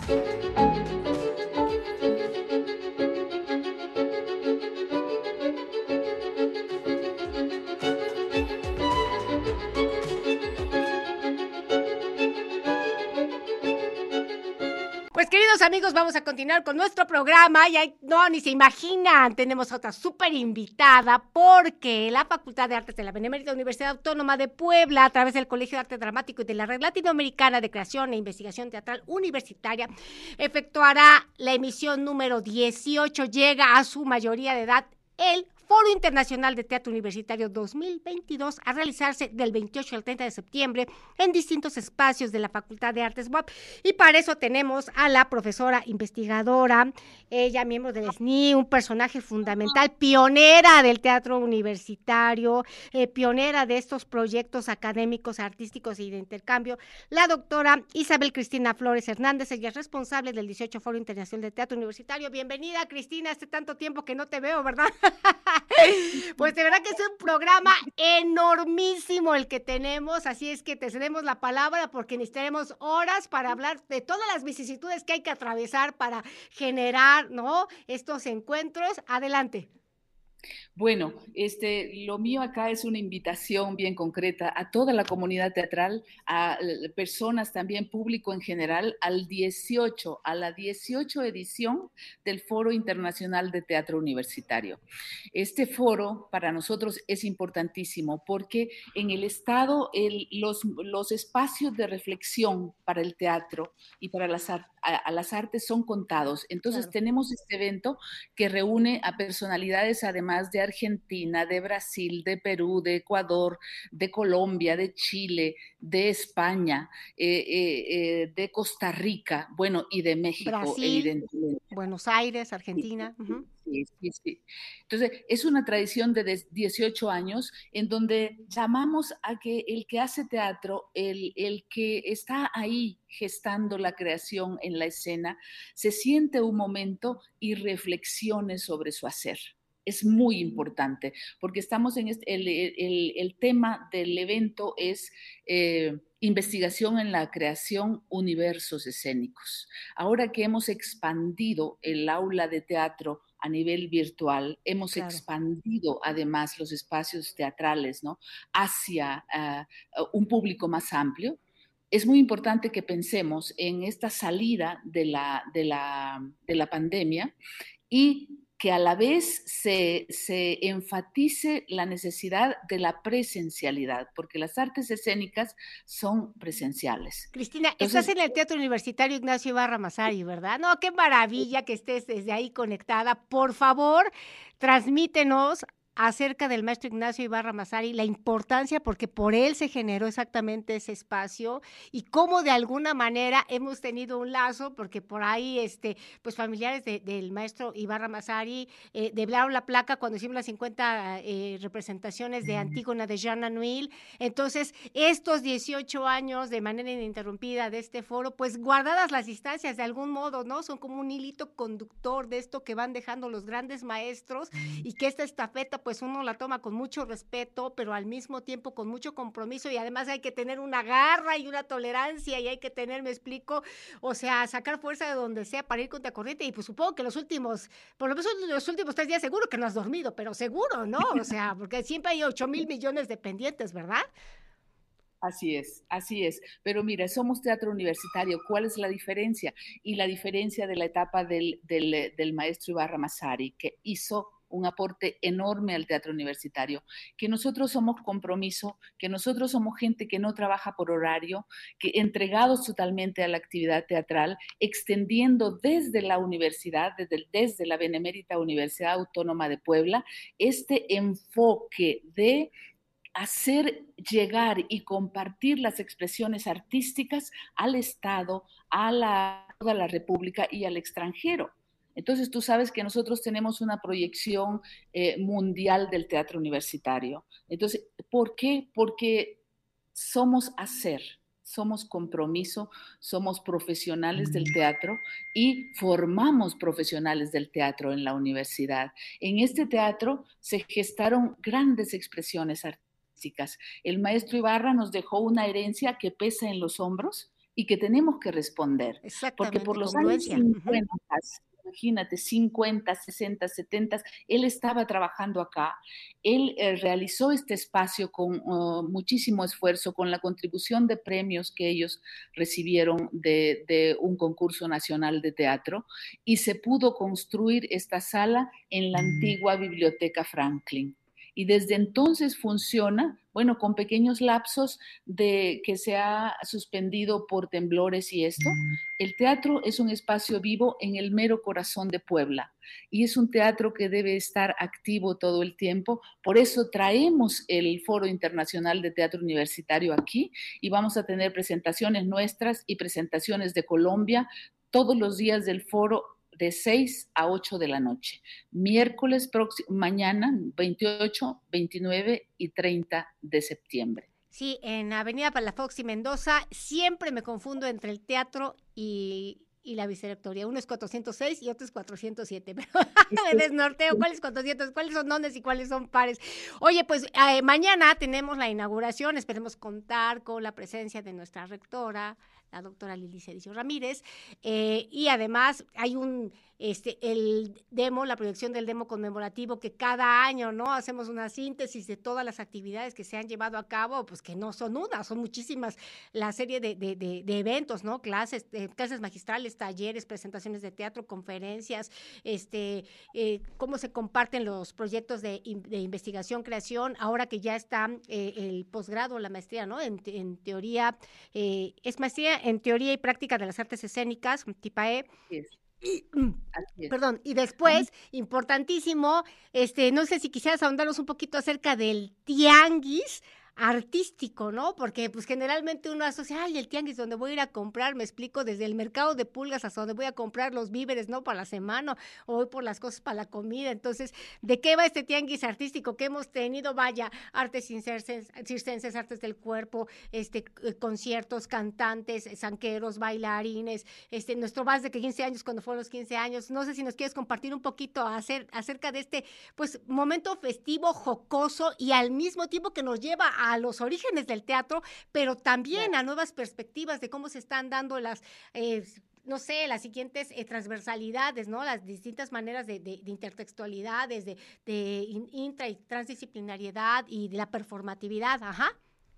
Pues queridos amigos, vamos a continuar con nuestro programa. No, ni se imaginan, tenemos a otra súper invitada porque la Facultad de Artes de la Benemérita Universidad Autónoma de Puebla, a través del Colegio de Arte Dramático y de la Red Latinoamericana de Creación e Investigación Teatral Universitaria, efectuará la emisión número 18. Llega a su mayoría de edad el Foro Internacional de Teatro Universitario 2022 a realizarse del 28 al 30 de septiembre en distintos espacios de la Facultad de Artes UAP. Y para eso tenemos a la profesora investigadora, ella miembro del SNI, un personaje fundamental, pionera del teatro universitario, pionera de estos proyectos académicos, artísticos y de intercambio, la doctora Isabel Cristina Flores Hernández. Ella es responsable del 18 Foro Internacional de Teatro Universitario. Bienvenida, Cristina, hace tanto tiempo que no te veo, ¿verdad? Pues de verdad que es un programa enormísimo el que tenemos, así es que te cedemos la palabra porque necesitaremos horas para hablar de todas las vicisitudes que hay que atravesar para generar, ¿no?, estos encuentros. Adelante. Bueno, lo mío acá es una invitación bien concreta a toda la comunidad teatral, a personas también, público en general, a la 18 edición del Foro Internacional de Teatro Universitario. Este foro para nosotros es importantísimo porque en el Estado los espacios de reflexión para el teatro y para las artes son contados. Entonces Claro. tenemos este evento que reúne a personalidades además de Argentina, de Brasil, de Perú, de Ecuador, de Colombia, de Chile, de España, de Costa Rica, bueno, y de México, Brasil, evidentemente. Buenos Aires, Argentina. Uh-huh. Sí, sí, sí. Entonces, es una tradición de 18 años en donde llamamos a que el que hace teatro, el que está ahí gestando la creación en la escena, se siente un momento y reflexione sobre su hacer. Es muy importante porque estamos en el tema del evento es investigación en la creación universos escénicos. Ahora que hemos expandido el aula de teatro a nivel virtual, hemos Claro. expandido además los espacios teatrales, ¿no?, hacia un público más amplio. Es muy importante que pensemos en esta salida de la pandemia y que a la vez se enfatice la necesidad de la presencialidad, porque las artes escénicas son presenciales. Cristina, estás Entonces, en el Teatro Universitario Ignacio Ibarra Masari, ¿verdad? No, qué maravilla que estés desde ahí conectada. Por favor, transmítenos acerca del maestro Ignacio Ibarra Masari, la importancia, porque por él se generó exactamente ese espacio y cómo de alguna manera hemos tenido un lazo, porque por ahí, pues familiares del maestro Ibarra Masari deblaron la placa cuando hicimos las 50 representaciones de Antígona de Jean Anouilh. Entonces, estos 18 años de manera ininterrumpida de este foro, pues guardadas las distancias de algún modo, ¿no? Son como un hilito conductor de esto que van dejando los grandes maestros y que esta estafeta, pues uno la toma con mucho respeto, pero al mismo tiempo con mucho compromiso y además hay que tener una garra y una tolerancia y hay que tener, me explico, o sea, sacar fuerza de donde sea para ir contra corriente y pues supongo que por lo menos los últimos 3 días seguro que no has dormido, pero seguro, ¿no? O sea, porque siempre hay 8,000 millones de pendientes, ¿verdad? así es, así es. Pero mira, somos teatro universitario. ¿Cuál es la diferencia? Y la diferencia de la etapa del maestro Ibarra Masari, que hizo un aporte enorme al teatro universitario, que nosotros somos compromiso, que nosotros somos gente que no trabaja por horario, que entregados totalmente a la actividad teatral, extendiendo desde la universidad, desde la Benemérita Universidad Autónoma de Puebla, este enfoque de hacer llegar y compartir las expresiones artísticas al Estado, toda la República y al extranjero. Entonces, tú sabes que nosotros tenemos una proyección mundial del teatro universitario. Entonces, ¿por qué? Porque somos hacer, somos compromiso, somos profesionales del teatro y formamos profesionales del teatro en la universidad. En este teatro se gestaron grandes expresiones artísticas. El maestro Ibarra nos dejó una herencia que pesa en los hombros y que tenemos que responder, porque por Exactamente, los años congruencia. Ujú. 50, imagínate, 50, 60, 70, él estaba trabajando acá, él realizó este espacio con muchísimo esfuerzo, con la contribución de premios que ellos recibieron de un concurso nacional de teatro, y se pudo construir esta sala en la antigua Biblioteca Franklin. Y desde entonces funciona, bueno, con pequeños lapsos de que se ha suspendido por temblores y esto. El teatro es un espacio vivo en el mero corazón de Puebla y es un teatro que debe estar activo todo el tiempo. Por eso traemos el Foro Internacional de Teatro Universitario aquí y vamos a tener presentaciones nuestras y presentaciones de Colombia todos los días del foro de 6 a 8 de la noche. Miércoles mañana, 28, 29 y 30 de septiembre. Sí, en Avenida Palafox y Mendoza siempre me confundo entre el teatro y la vicerrectoría. Uno es 406 y otro es 407, pero me desnorteo. ¿Cuáles es 400? ¿Cuáles son dóndes y cuáles son pares? Oye, pues mañana tenemos la inauguración. Esperemos contar con la presencia de nuestra rectora, la doctora Lili Cericio Ramírez. Y además hay el demo, la proyección del demo conmemorativo que cada año, ¿no? Hacemos una síntesis de todas las actividades que se han llevado a cabo, pues que no son unas, son muchísimas, la serie de eventos, ¿no? Clases magistrales, talleres, presentaciones de teatro, conferencias, cómo se comparten los proyectos de investigación, creación, ahora que ya está el posgrado, la maestría, ¿no? En teoría, es maestría en teoría y práctica de las artes escénicas, TIPAE. Así es. Perdón, y Vamos. después, importantísimo, no sé si quisieras ahondarnos un poquito acerca del tianguis artístico, ¿no? Porque pues generalmente uno asocia, ay, el tianguis donde voy a ir a comprar, me explico, desde el mercado de pulgas hasta donde voy a comprar los víveres, ¿no? Para la semana, o voy por las cosas para la comida. Entonces, ¿de qué va este tianguis artístico que hemos tenido? Vaya, artes circenses, artes del cuerpo, conciertos, cantantes, zanqueros, bailarines, nuestro vals de 15 años cuando fueron los 15 años. No sé si nos quieres compartir un poquito acerca de este pues momento festivo, jocoso y al mismo tiempo que nos lleva a los orígenes del teatro, pero también a nuevas perspectivas de cómo se están dando no sé, las siguientes transversalidades, ¿no? Las distintas maneras de intertextualidades, de intra y transdisciplinariedad y de la performatividad, ajá.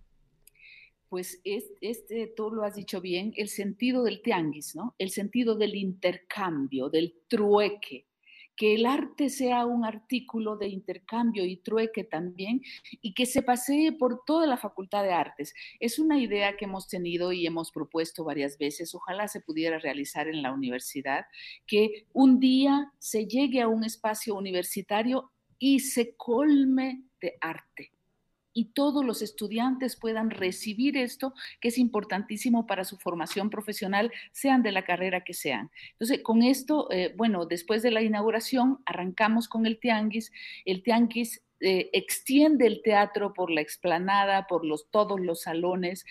Pues tú lo has dicho bien, el sentido del tianguis, ¿no? El sentido del intercambio, del trueque, que el arte sea un artículo de intercambio y trueque también, y que se pasee por toda la Facultad de Artes. Es una idea que hemos tenido y hemos propuesto varias veces, ojalá se pudiera realizar en la universidad, que un día se llegue a un espacio universitario y se colme de arte y todos los estudiantes puedan recibir esto, que es importantísimo para su formación profesional, sean de la carrera que sean. Entonces, con esto, bueno, después de la inauguración, arrancamos con el tianguis. El tianguis extiende el teatro por la explanada, por todos los salones,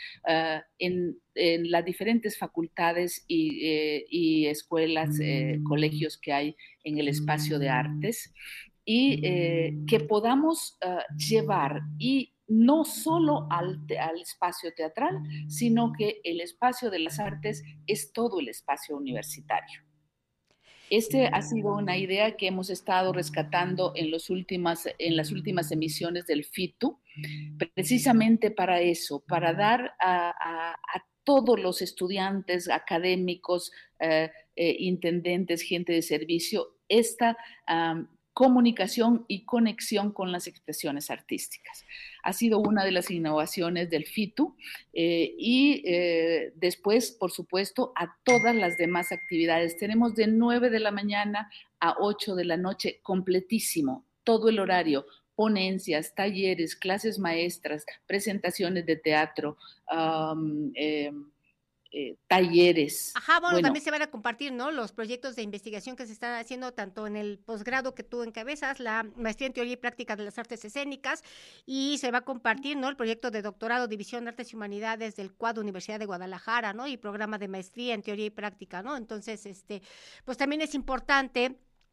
en las diferentes facultades y escuelas, colegios que hay en el espacio de artes y que podamos llevar y no solo al espacio teatral, sino que el espacio de las artes es todo el espacio universitario. Este ha sido una idea que hemos estado rescatando en las últimas emisiones del FITU, precisamente para eso, para dar a todos los estudiantes, académicos, intendentes, gente de servicio, esta comunicación y conexión con las expresiones artísticas. Ha sido una de las innovaciones del FITU y después, por supuesto, a todas las demás actividades. Tenemos de 9 de la mañana a 8 de la noche completísimo, todo el horario, ponencias, talleres, clases maestras, presentaciones de teatro, talleres. Ajá, bueno, Bueno, también se van a compartir, ¿no? Los proyectos de investigación que se están haciendo tanto en el posgrado que tú encabezas, la maestría en teoría y práctica de las artes escénicas, y se va a compartir, ¿no? El proyecto de doctorado, división de artes y humanidades del CUAD Universidad de Guadalajara, ¿no? Y programa de maestría en teoría y práctica, ¿no? Entonces, pues también es importante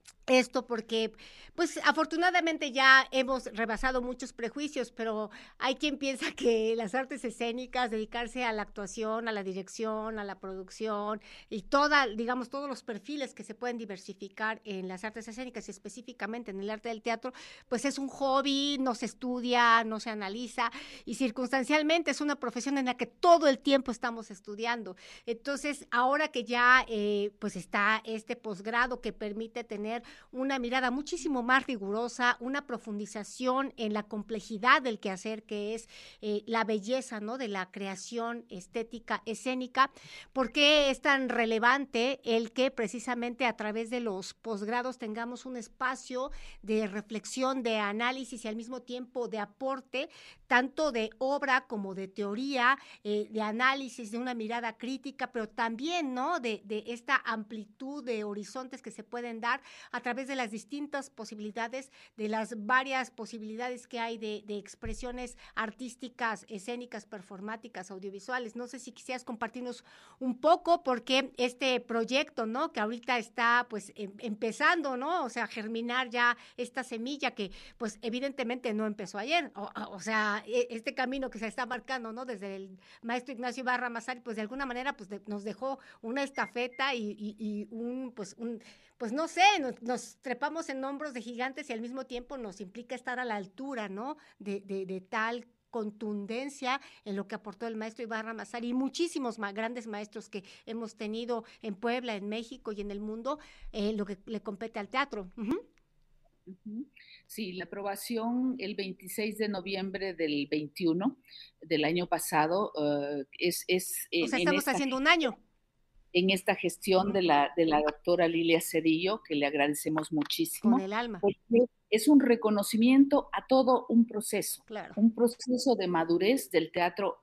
esto porque, pues afortunadamente ya hemos rebasado muchos prejuicios, pero hay quien piensa que las artes escénicas, dedicarse a la actuación, a la dirección, a la producción y digamos, todos los perfiles que se pueden diversificar en las artes escénicas y específicamente en el arte del teatro, pues es un hobby, no se estudia, no se analiza y circunstancialmente es una profesión en la que todo el tiempo estamos estudiando. Entonces, ahora que ya pues está este posgrado que permite tener una mirada muchísimo más rigurosa, una profundización en la complejidad del quehacer que es la belleza, ¿no? De la creación estética escénica. ¿Por qué es tan relevante el que precisamente a través de los posgrados tengamos un espacio de reflexión, de análisis y al mismo tiempo de aporte, tanto de obra como de teoría, de análisis, de una mirada crítica, pero también, ¿no? De esta amplitud de horizontes que se pueden dar a través de las distintas posibilidades, de las varias posibilidades que hay de expresiones artísticas, escénicas, performáticas, audiovisuales. No sé si quisieras compartirnos un poco porque este proyecto, ¿no? Que ahorita está pues empezando, ¿no? O sea, germinar ya esta semilla que pues evidentemente no empezó ayer. O sea, este camino que se está marcando, ¿no? Desde el maestro Ignacio Ibarra Massari, pues de alguna manera pues nos dejó una estafeta y pues no sé, nos trepamos en hombros de gigantes y al mismo tiempo nos implica estar a la altura, ¿no? De tal contundencia en lo que aportó el maestro Ibarra Massari y muchísimos grandes maestros que hemos tenido en Puebla, en México y en el mundo, lo que le compete al teatro. Uh-huh. Sí, la aprobación el 26 de noviembre del 21 del año pasado es O sea, estamos haciendo un año. En esta gestión Uh-huh. de la doctora Lilia Cedillo, que le agradecemos Con muchísimo, el alma. porque es un reconocimiento a todo Claro. un proceso de madurez del teatro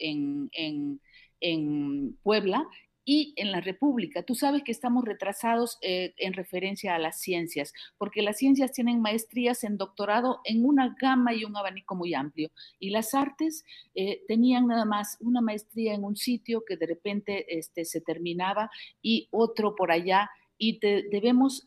en Puebla y en la República. Tú sabes que estamos retrasados en referencia a las ciencias, porque las ciencias tienen maestrías en doctorado en una gama y un abanico muy amplio, y las artes tenían nada más una maestría en un sitio que de repente se terminaba y otro por allá, y debemos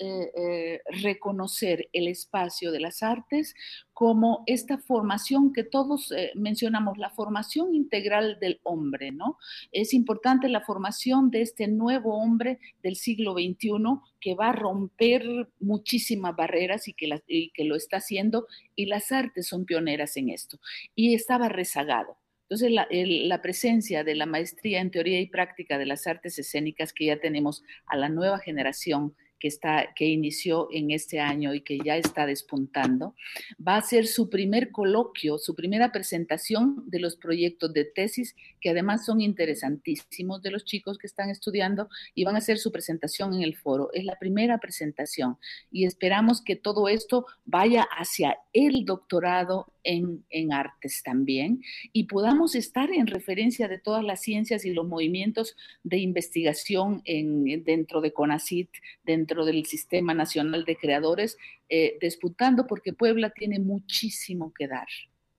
reconocer el espacio de las artes como esta formación que todos mencionamos, la formación integral del hombre, ¿no? Es importante la formación de este nuevo hombre del siglo XXI que va a romper muchísimas barreras y que lo está haciendo, y las artes son pioneras en esto. Y estaba rezagado. Entonces, la presencia de la maestría en teoría y práctica de las artes escénicas que ya tenemos a la nueva generación que inició en este año y que ya está despuntando, va a ser su primer coloquio, su primera presentación de los proyectos de tesis, que además son interesantísimos de los chicos que están estudiando, y van a hacer su presentación en el foro. Es la primera presentación y esperamos que todo esto vaya hacia el doctorado en artes también, y podamos estar en referencia de todas las ciencias y los movimientos de investigación dentro de CONACYT, dentro del Sistema Nacional de Creadores, disputando, porque Puebla tiene muchísimo que dar.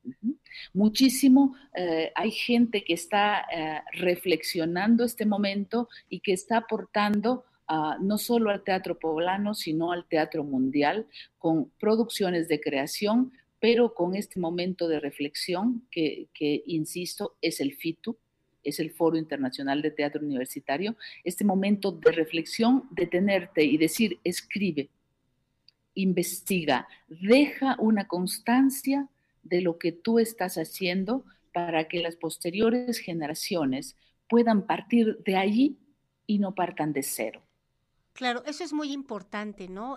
Muchísimo, hay gente que está reflexionando este momento y que está aportando no solo al teatro poblano, sino al teatro mundial, con producciones de creación, pero con este momento de reflexión que insisto, es el FITU, es el Foro Internacional de Teatro Universitario, este momento de reflexión, detenerte y decir, escribe, investiga, deja una constancia de lo que tú estás haciendo para que las posteriores generaciones puedan partir de allí y no partan de cero. Claro, eso es muy importante, ¿no?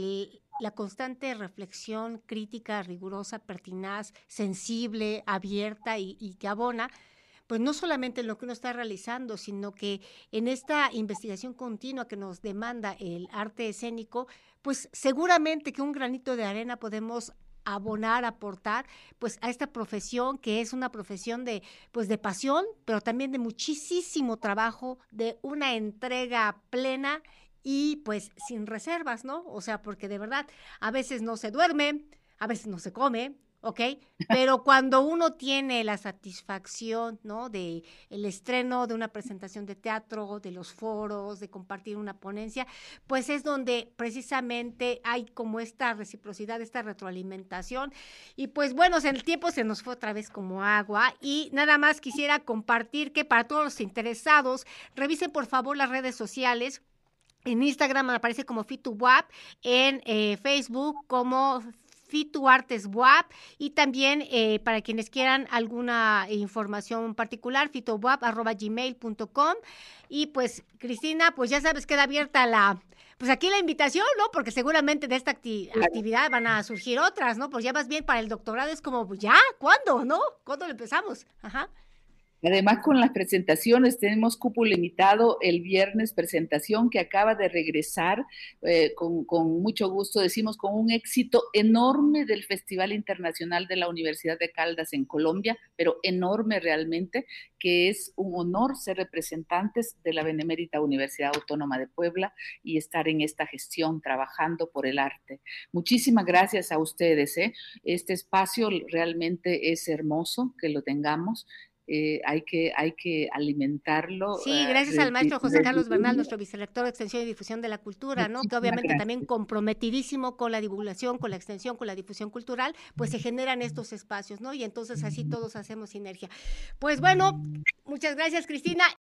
La constante reflexión crítica, rigurosa, pertinaz, sensible, abierta y que abona, pues no solamente en lo que uno está realizando, sino que en esta investigación continua que nos demanda el arte escénico, pues seguramente que un granito de arena podemos abonar, aportar, pues a esta profesión que es una profesión pues de pasión, pero también de muchísimo trabajo, de una entrega plena y pues sin reservas, ¿no? O sea, porque de verdad a veces no se duerme, a veces no se come, ¿ok? Pero cuando uno tiene la satisfacción, ¿no? De el estreno de una presentación de teatro, de los foros, de compartir una ponencia, pues es donde precisamente hay como esta reciprocidad, esta retroalimentación. Y pues bueno, el tiempo se nos fue otra vez como agua y nada más quisiera compartir que para todos los interesados, revisen por favor las redes sociales. En Instagram me aparece como FituWap, en Facebook como FituArtesWap y también para quienes quieran alguna información particular, fitowap@gmail.com. Y pues, Cristina, pues ya sabes, queda abierta pues aquí la invitación, ¿no? Porque seguramente de esta actividad van a surgir otras, ¿no? Pues ya más bien para el doctorado es como, pues ya, ¿cuándo, no? ¿Cuándo lo empezamos? Ajá. Además, con las presentaciones, tenemos cupo limitado el viernes, presentación que acaba de regresar con mucho gusto, decimos, con un éxito enorme del Festival Internacional de la Universidad de Caldas en Colombia, pero enorme realmente, que es un honor ser representantes de la Benemérita Universidad Autónoma de Puebla y estar en esta gestión trabajando por el arte. Muchísimas gracias a ustedes. Este espacio realmente es hermoso que lo tengamos. Hay que alimentarlo, Sí, gracias al maestro José Carlos Bernal, nuestro vicerrector de Extensión y Difusión de la Cultura, ¿no? Que Muchísimas obviamente también gracias. comprometidísimo con la divulgación, con la extensión, con la difusión cultural, pues se generan estos espacios, ¿no? Y entonces así todos hacemos sinergia. Pues bueno, muchas gracias, Cristina.